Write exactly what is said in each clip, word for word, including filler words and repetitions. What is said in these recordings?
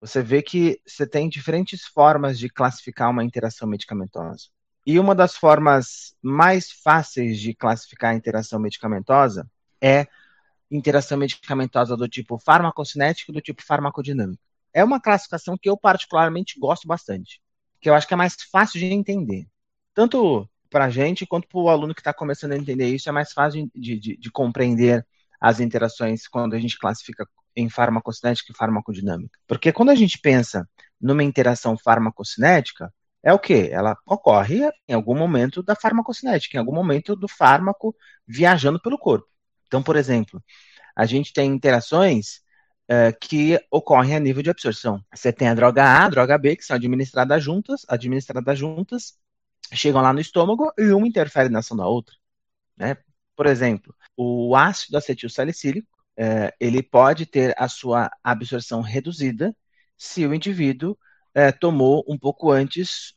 você vê que você tem diferentes formas de classificar uma interação medicamentosa. E uma das formas mais fáceis de classificar a interação medicamentosa é interação medicamentosa do tipo farmacocinético e do tipo farmacodinâmico. É uma classificação que eu particularmente gosto bastante, que eu acho que é mais fácil de entender. Tanto para a gente quanto para o aluno que está começando a entender isso, é mais fácil de, de, de compreender as interações quando a gente classifica em farmacocinética e farmacodinâmica. Porque quando a gente pensa numa interação farmacocinética, é o quê? Ela ocorre em algum momento da farmacocinética, em algum momento do fármaco viajando pelo corpo. Então, por exemplo, a gente tem interações uh, que ocorrem a nível de absorção. Você tem a droga A, a droga B, que são administradas juntas, administradas juntas, chegam lá no estômago e uma interfere na ação da outra, né? Por exemplo, o ácido acetilsalicílico, uh, ele pode ter a sua absorção reduzida se o indivíduo uh, tomou um pouco antes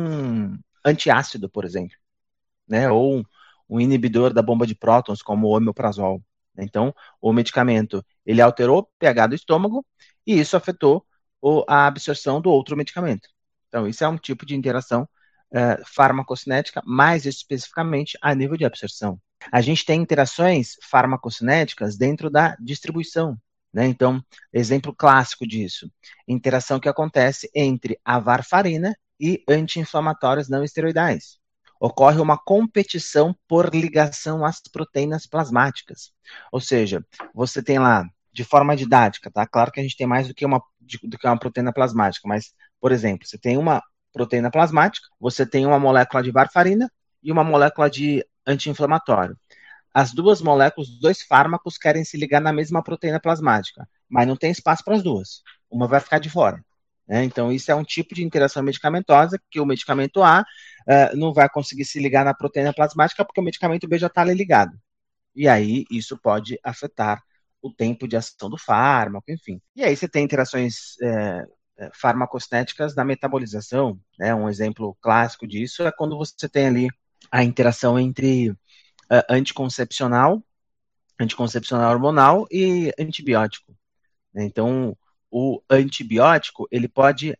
um antiácido, por exemplo, né? Ou um, um inibidor da bomba de prótons, como o omeprazol. Então, o medicamento, ele alterou o pH do estômago e isso afetou o, a absorção do outro medicamento. Então, isso é um tipo de interação uh, farmacocinética, mais especificamente a nível de absorção. A gente tem interações farmacocinéticas dentro da distribuição, né? Então, exemplo clássico disso, interação que acontece entre a varfarina e anti-inflamatórios não esteroidais. Ocorre uma competição por ligação às proteínas plasmáticas. Ou seja, você tem lá, de forma didática, tá? Claro que a gente tem mais do que uma, do que uma proteína plasmática, mas, por exemplo, você tem uma proteína plasmática, você tem uma molécula de varfarina e uma molécula de anti-inflamatório. As duas moléculas, os dois fármacos querem se ligar na mesma proteína plasmática, mas não tem espaço para as duas. Uma vai ficar de fora. Né? Então, isso é um tipo de interação medicamentosa que o medicamento A uh, não vai conseguir se ligar na proteína plasmática porque o medicamento B já está ali ligado. E aí, isso pode afetar o tempo de ação do fármaco, enfim. E aí você tem interações é, farmacocinéticas na metabolização. Né? Um exemplo clássico disso é quando você tem ali a interação entre uh, anticoncepcional, anticoncepcional hormonal e antibiótico. Então, o antibiótico, ele pode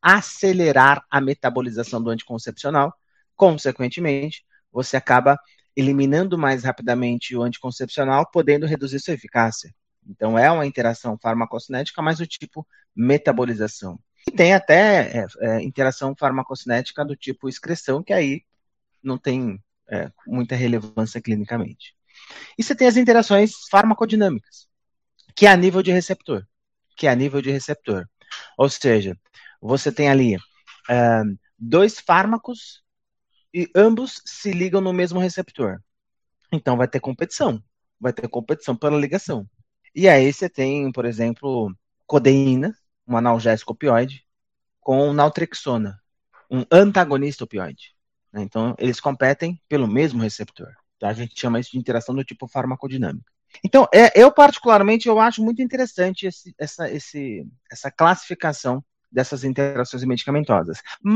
acelerar a metabolização do anticoncepcional, consequentemente, você acaba eliminando mais rapidamente o anticoncepcional, podendo reduzir sua eficácia. Então, é uma interação farmacocinética, mas do tipo metabolização. E tem até é, é, interação farmacocinética do tipo excreção, que aí não tem é, muita relevância clinicamente. E você tem as interações farmacodinâmicas, que é a nível de receptor. que é a nível de receptor. Ou seja, você tem ali uh, dois fármacos e ambos se ligam no mesmo receptor. Então vai ter competição. Vai ter competição pela ligação. E aí você tem, por exemplo, codeína, um analgésico opioide, com naltrexona, um antagonista opioide. Então eles competem pelo mesmo receptor. Tá? A gente chama isso de interação do tipo farmacodinâmica. Então, é, eu particularmente, eu acho muito interessante esse, essa, esse, essa classificação dessas interações medicamentosas.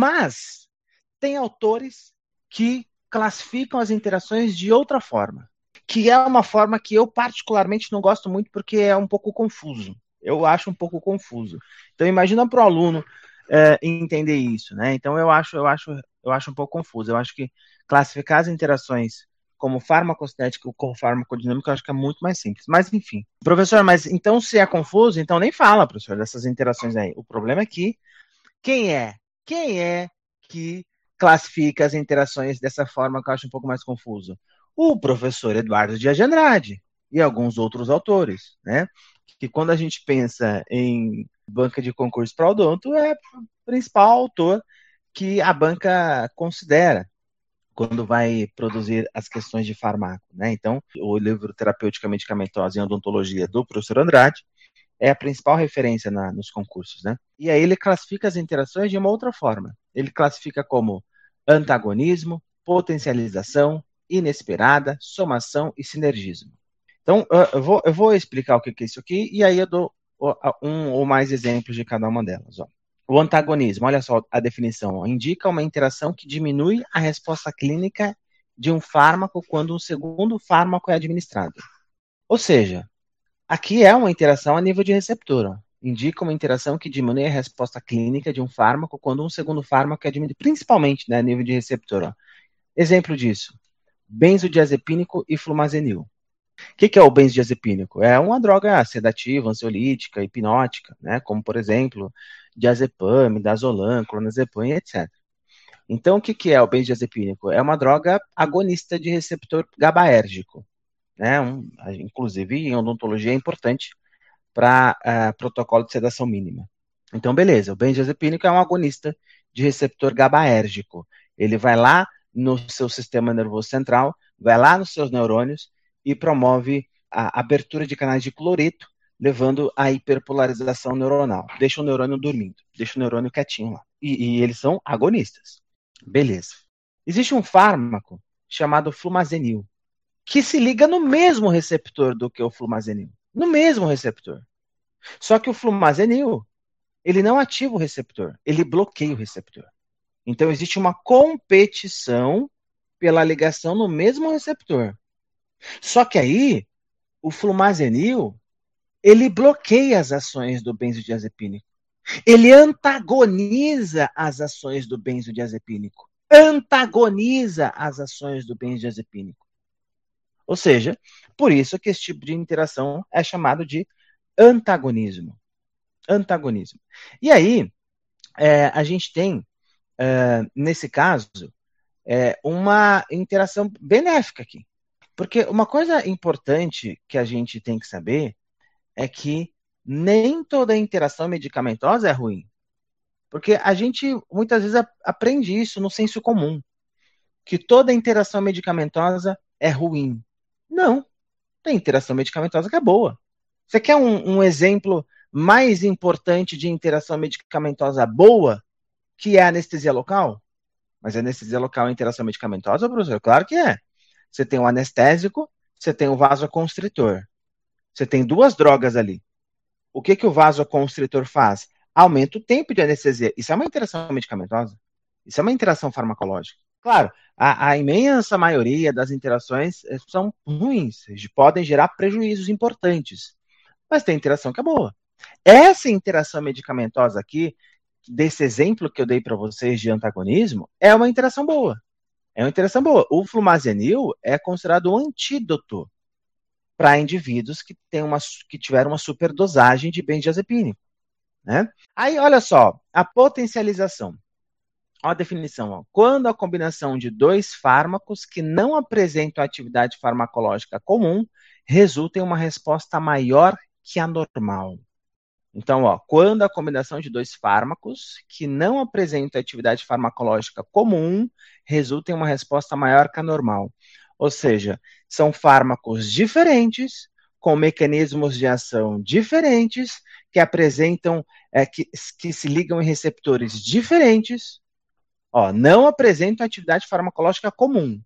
Mas tem autores que classificam as interações de outra forma, que é uma forma que eu particularmente não gosto muito porque é um pouco confuso. Eu acho um pouco confuso. Então, imagina para o aluno é, entender isso, né? Então, eu acho, eu acho, eu acho um pouco confuso. Eu acho que classificar as interações como farmacocinética ou farmacodinâmica, eu acho que é muito mais simples. Mas, enfim. Professor, mas então se é confuso, então nem fala, professor, dessas interações aí. O problema é que quem é? Quem é que classifica as interações dessa forma que eu acho um pouco mais confuso? O professor Eduardo Dias de Andrade e alguns outros autores, né? Que quando a gente pensa em banca de concurso para odonto, é o principal autor que a banca considera quando vai produzir as questões de farmaco, né? Então, o livro Terapêutica Medicamentosa em Odontologia do professor Andrade é a principal referência na, nos concursos, né? E aí ele classifica as interações de uma outra forma. Ele classifica como antagonismo, potencialização, inesperada, somação e sinergismo. Então, eu vou, eu vou explicar o que é isso aqui e aí eu dou um ou mais exemplos de cada uma delas, ó. O antagonismo, olha só a definição, ó, indica uma interação que diminui a resposta clínica de um fármaco quando um segundo fármaco é administrado. Ou seja, aqui é uma interação a nível de receptor. Ó. indica uma interação que diminui a resposta clínica de um fármaco quando um segundo fármaco é diminuído, principalmente, né, nível de receptor. Ó. Exemplo disso, benzodiazepínico e flumazenil. O que, que é o benzodiazepínico? É uma droga sedativa, ansiolítica, hipnótica, né, como, por exemplo, diazepam, midazolam, clonazepam, etcétera. Então, o que, que é o benzodiazepínico? É uma droga agonista de receptor GABAérgico, né, um, inclusive em odontologia é importante para uh, protocolo de sedação mínima. Então, beleza, o benzodiazepínico é um agonista de receptor GABAérgico. Ele vai lá no seu sistema nervoso central, vai lá nos seus neurônios e promove a abertura de canais de cloreto, levando à hiperpolarização neuronal. Deixa o neurônio dormindo, deixa o neurônio quietinho lá. E, e eles são agonistas. Beleza. Existe um fármaco chamado flumazenil, que se liga no mesmo receptor do que o flumazenil. No mesmo receptor. Só que o flumazenil, ele não ativa o receptor, ele bloqueia o receptor. Então, existe uma competição pela ligação no mesmo receptor. Só que aí, o flumazenil, ele bloqueia as ações do benzodiazepínico. Ele antagoniza as ações do benzodiazepínico. Antagoniza as ações do benzodiazepínico. Ou seja, por isso que esse tipo de interação é chamado de antagonismo. Antagonismo. E aí, é, a gente tem, é, nesse caso, é, uma interação benéfica aqui. Porque uma coisa importante que a gente tem que saber é que nem toda interação medicamentosa é ruim. Porque a gente muitas vezes aprende isso no senso comum, que toda interação medicamentosa é ruim. Não, tem interação medicamentosa que é boa. Você quer um, um exemplo mais importante de interação medicamentosa boa, que é a anestesia local? Mas a anestesia local é interação medicamentosa, professor? Claro que é. Você tem o anestésico, você tem o vasoconstritor. Você tem duas drogas ali. O que, que o vasoconstritor faz? Aumenta o tempo de anestesia. Isso é uma interação medicamentosa? Isso é uma interação farmacológica? Claro, a, a imensa maioria das interações são ruins, podem gerar prejuízos importantes, mas tem interação que é boa. Essa interação medicamentosa aqui, desse exemplo que eu dei para vocês de antagonismo, é uma interação boa. É uma interação boa. O flumazenil é considerado um antídoto para indivíduos que, tem uma, que tiveram uma superdosagem de benzodiazepínico. Né? Aí, olha só, a potencialização. Olha a definição. Ó. Quando a combinação de dois fármacos que não apresentam atividade farmacológica comum resulta em uma resposta maior que a normal. Então, ó, quando a combinação de dois fármacos que não apresentam atividade farmacológica comum resulta em uma resposta maior que a normal. Ou seja, são fármacos diferentes, com mecanismos de ação diferentes, que apresentam, é, que, que se ligam em receptores diferentes, ó, não apresentam atividade farmacológica comum.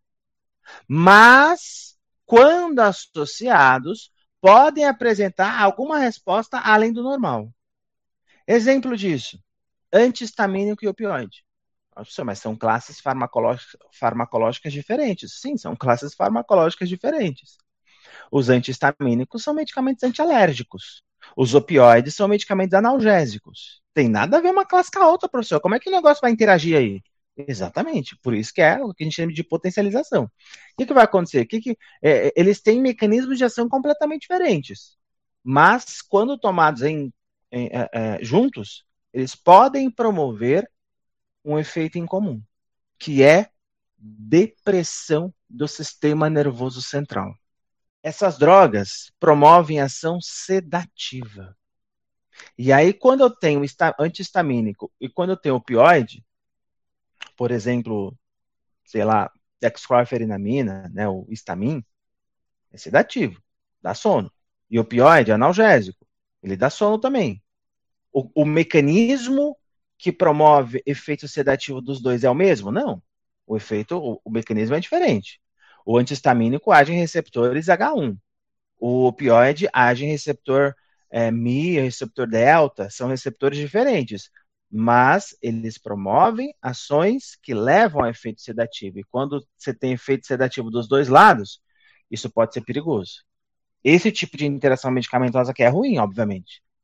Mas, quando associados, podem apresentar alguma resposta além do normal. Exemplo disso, antihistamínico e opioide. Nossa, mas são classes farmacológicas, farmacológicas diferentes. Sim, são classes farmacológicas diferentes. Os antihistamínicos são medicamentos antialérgicos. Os opioides são medicamentos analgésicos. Tem nada a ver uma classe com a outra, professor. Como é que o negócio vai interagir aí? Exatamente, por isso que é o que a gente chama de potencialização. O que, que vai acontecer? Que que, é, eles têm mecanismos de ação completamente diferentes, mas quando tomados em, em, é, é, juntos, eles podem promover um efeito em comum, que é depressão do sistema nervoso central. Essas drogas promovem ação sedativa. E aí, quando eu tenho antihistamínico e quando eu tenho opioide, por exemplo, sei lá, dexclorferinamina, né, o Histamin, é sedativo, dá sono. E opioide é analgésico, ele dá sono também. O, o mecanismo que promove efeito sedativo dos dois é o mesmo? Não. O efeito, o, o mecanismo é diferente. O antihistamínico age em receptores agá um. O opioide age em receptor é, M I, receptor delta, são receptores diferentes. Mas eles promovem ações que levam a efeito sedativo. E quando você tem efeito sedativo dos dois lados, isso pode ser perigoso. Esse tipo de interação medicamentosa que é ruim, obviamente.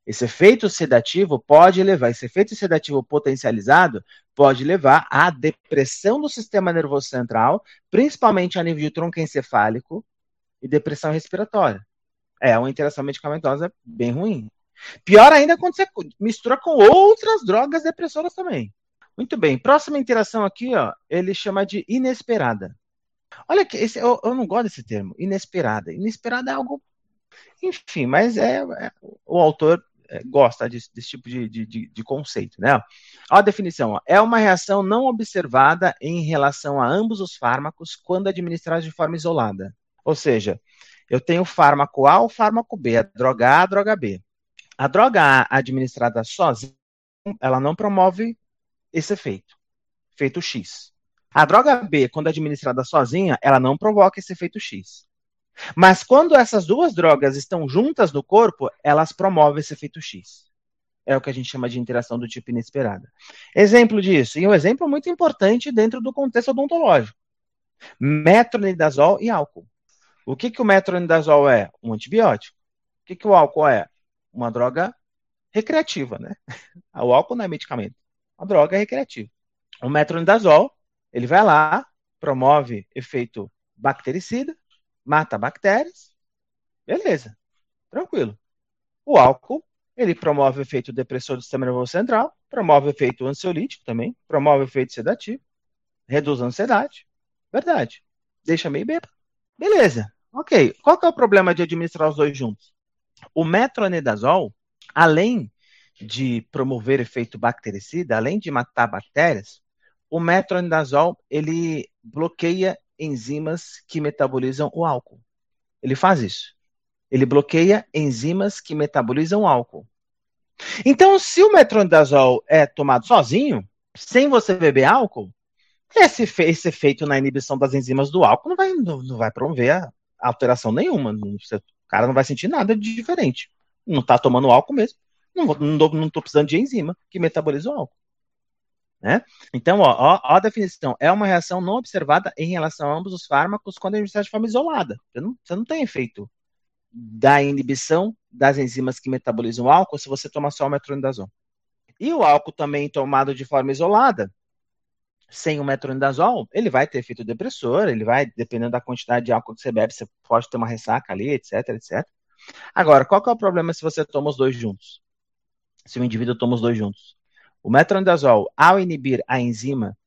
Esse efeito sedativo pode levar, esse efeito sedativo potencializado pode levar à depressão do sistema nervoso central, principalmente a nível de tronco encefálico e depressão respiratória. É uma interação medicamentosa bem ruim. Pior ainda quando você mistura com outras drogas depressoras também. Muito bem, próxima interação aqui, ó, ele chama de inesperada. Olha que esse, eu, eu não gosto desse termo, inesperada. Inesperada é algo, enfim, mas é, é o autor é, gosta desse, desse tipo de, de, de, conceito, né? Olha a definição, ó, é uma reação não observada em relação a ambos os fármacos quando administrados de forma isolada. Ou seja, eu tenho o fármaco A ou o fármaco B, a droga A, a droga B. A droga A administrada sozinha, ela não promove esse efeito, efeito X. A droga B, quando administrada sozinha, ela não provoca esse efeito X. Mas quando essas duas drogas estão juntas no corpo, elas promovem esse efeito X. É o que a gente chama de interação do tipo inesperada. Exemplo disso, e um exemplo muito importante dentro do contexto odontológico. Metronidazol e álcool. O que, que o metronidazol é? Um antibiótico. O que, que o álcool é? Uma droga recreativa, né? O álcool não é medicamento. Uma droga recreativa. O metronidazol, ele vai lá, promove efeito bactericida, mata bactérias, beleza, tranquilo. O álcool, ele promove efeito depressor do sistema nervoso central, promove efeito ansiolítico também, promove efeito sedativo, reduz a ansiedade, verdade. Deixa meio bêbado. Beleza, ok. Qual que é o problema de administrar os dois juntos? O metronidazol, além de promover efeito bactericida, além de matar bactérias, o metronidazol, ele bloqueia enzimas que metabolizam o álcool. Ele faz isso. Ele bloqueia enzimas que metabolizam o álcool. Então, se o metronidazol é tomado sozinho, sem você beber álcool, esse, esse efeito na inibição das enzimas do álcool não vai, não, não vai promover alteração nenhuma. Não, você, o cara não vai sentir nada de diferente. Não está tomando álcool mesmo. Não estou precisando de enzima que metaboliza o álcool. Né? Então, ó, ó, ó a definição. É uma reação não observada em relação a ambos os fármacos quando a gente está de forma isolada. Você não, você não tem efeito da inibição das enzimas que metabolizam o álcool se você toma só o metronidazol. E o álcool também tomado de forma isolada, sem o metronidazol, ele vai ter efeito depressor, ele vai, dependendo da quantidade de álcool que você bebe, você pode ter uma ressaca ali, etc, etcétera. Agora, qual que é o problema se você toma os dois juntos? Se o indivíduo toma os dois juntos? O metronidazol, ao inibir a enzima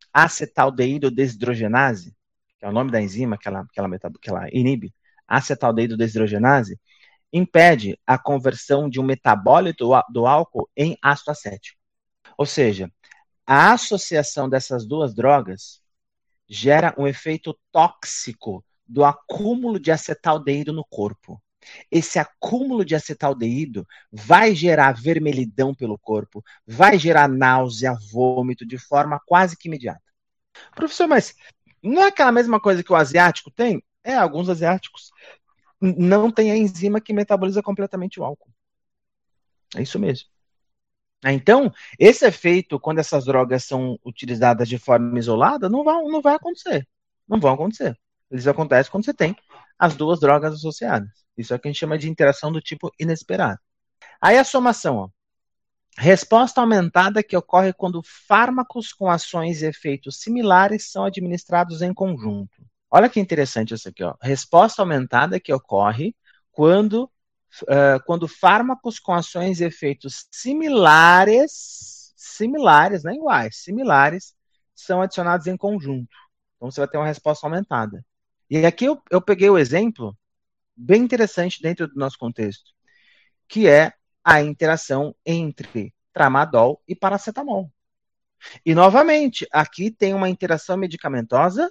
acetaldeído-desidrogenase, que é o nome da enzima que ela, que ela, que ela inibe, acetaldeído-desidrogenase, impede a conversão de um metabólito do álcool em ácido acético. Ou seja, a associação dessas duas drogas gera um efeito tóxico do acúmulo de acetaldeído no corpo. Esse acúmulo de acetaldeído vai gerar vermelhidão pelo corpo, vai gerar náusea, vômito, de forma quase que imediata. Professor, mas não é aquela mesma coisa que o asiático tem? É, alguns asiáticos não têm a enzima que metaboliza completamente o álcool. É isso mesmo. Então, esse efeito, quando essas drogas são utilizadas de forma isolada, não vai, não vai acontecer. Não vão acontecer. Eles acontecem quando você tem as duas drogas associadas. Isso é o que a gente chama de interação do tipo inesperado. Aí a somação, ó. Resposta aumentada que ocorre quando fármacos com ações e efeitos similares são administrados em conjunto. Olha que interessante isso aqui, ó. Resposta aumentada que ocorre quando, uh, quando fármacos com ações e efeitos similares, similares, não iguais, similares, são adicionados em conjunto. Então você vai ter uma resposta aumentada. E aqui eu, eu peguei o exemplo bem interessante dentro do nosso contexto, que é a interação entre tramadol e paracetamol. E, novamente, aqui tem uma interação medicamentosa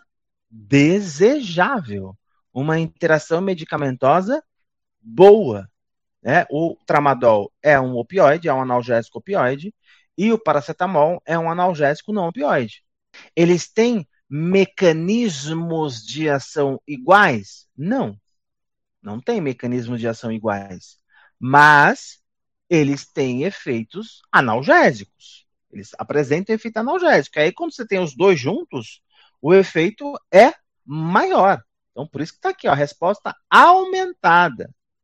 desejável, uma interação medicamentosa boa. Né? O tramadol é um opioide, é um analgésico opioide, e o paracetamol é um analgésico não opioide. Eles têm mecanismos de ação iguais? Não. Não tem mecanismos de ação iguais. Mas eles têm efeitos analgésicos. Eles apresentam efeito analgésico. Aí, quando você tem os dois juntos, o efeito é maior. Então, por isso que está aqui, ó, a resposta aumentada.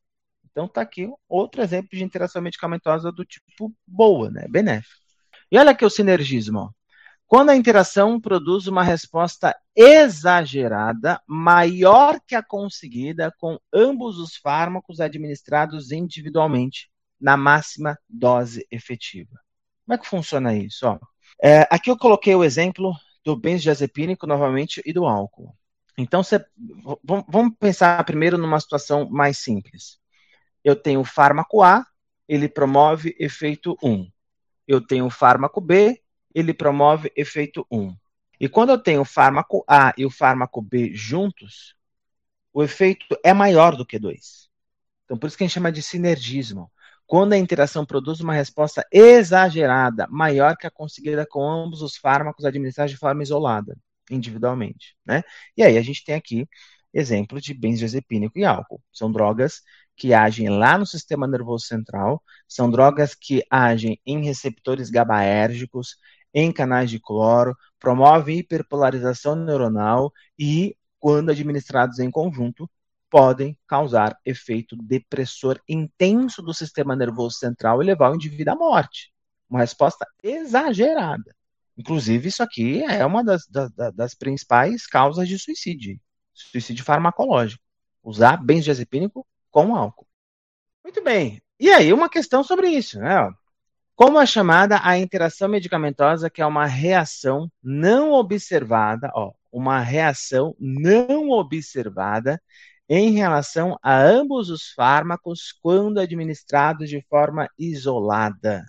Então está aqui outro exemplo de interação medicamentosa do tipo boa, né? Benéfica. E olha aqui o sinergismo. Ó. Quando a interação produz uma resposta exagerada, maior que a conseguida com ambos os fármacos administrados individualmente, na máxima dose efetiva. Como é que funciona isso? Ó, é, aqui eu coloquei o exemplo do benzodiazepínico novamente e do álcool. Então, cê, vamos pensar primeiro numa situação mais simples. Eu tenho o fármaco A, ele promove efeito um. Eu tenho o fármaco B, ele promove efeito um. E quando eu tenho o fármaco A e o fármaco B juntos, o efeito é maior do que dois. Então, por isso que a gente chama de sinergismo. Quando a interação produz uma resposta exagerada, maior que a conseguida com ambos os fármacos administrados de forma isolada, individualmente. Né? E aí a gente tem aqui exemplos de benzodiazepínico e álcool. São drogas que agem lá no sistema nervoso central, são drogas que agem em receptores GABAérgicos, em canais de cloro, promovem hiperpolarização neuronal e, quando administrados em conjunto, podem causar efeito depressor intenso do sistema nervoso central e levar o indivíduo à morte. Uma resposta exagerada. Inclusive, isso aqui é uma das, das, das principais causas de suicídio. Suicídio farmacológico. Usar benzodiazepínico com álcool. Muito bem. E aí, uma questão sobre isso, né? Como é chamada a interação medicamentosa, que é uma reação não observada, ó, uma reação não observada em relação a ambos os fármacos quando administrados de forma isolada.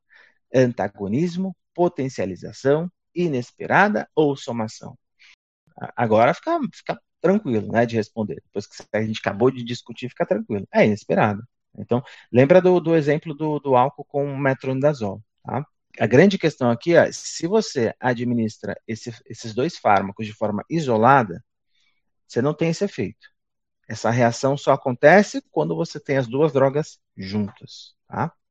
Antagonismo, potencialização, inesperada ou somação. Agora fica, fica tranquilo, né, de responder. Depois que a gente acabou de discutir, fica tranquilo. É inesperado. Então, lembra do, do exemplo do, do álcool com metronidazol, tá? A grande questão aqui é, se você administra esse, esses dois fármacos de forma isolada, você não tem esse efeito. Essa reação só acontece quando você tem as duas drogas juntas, tá?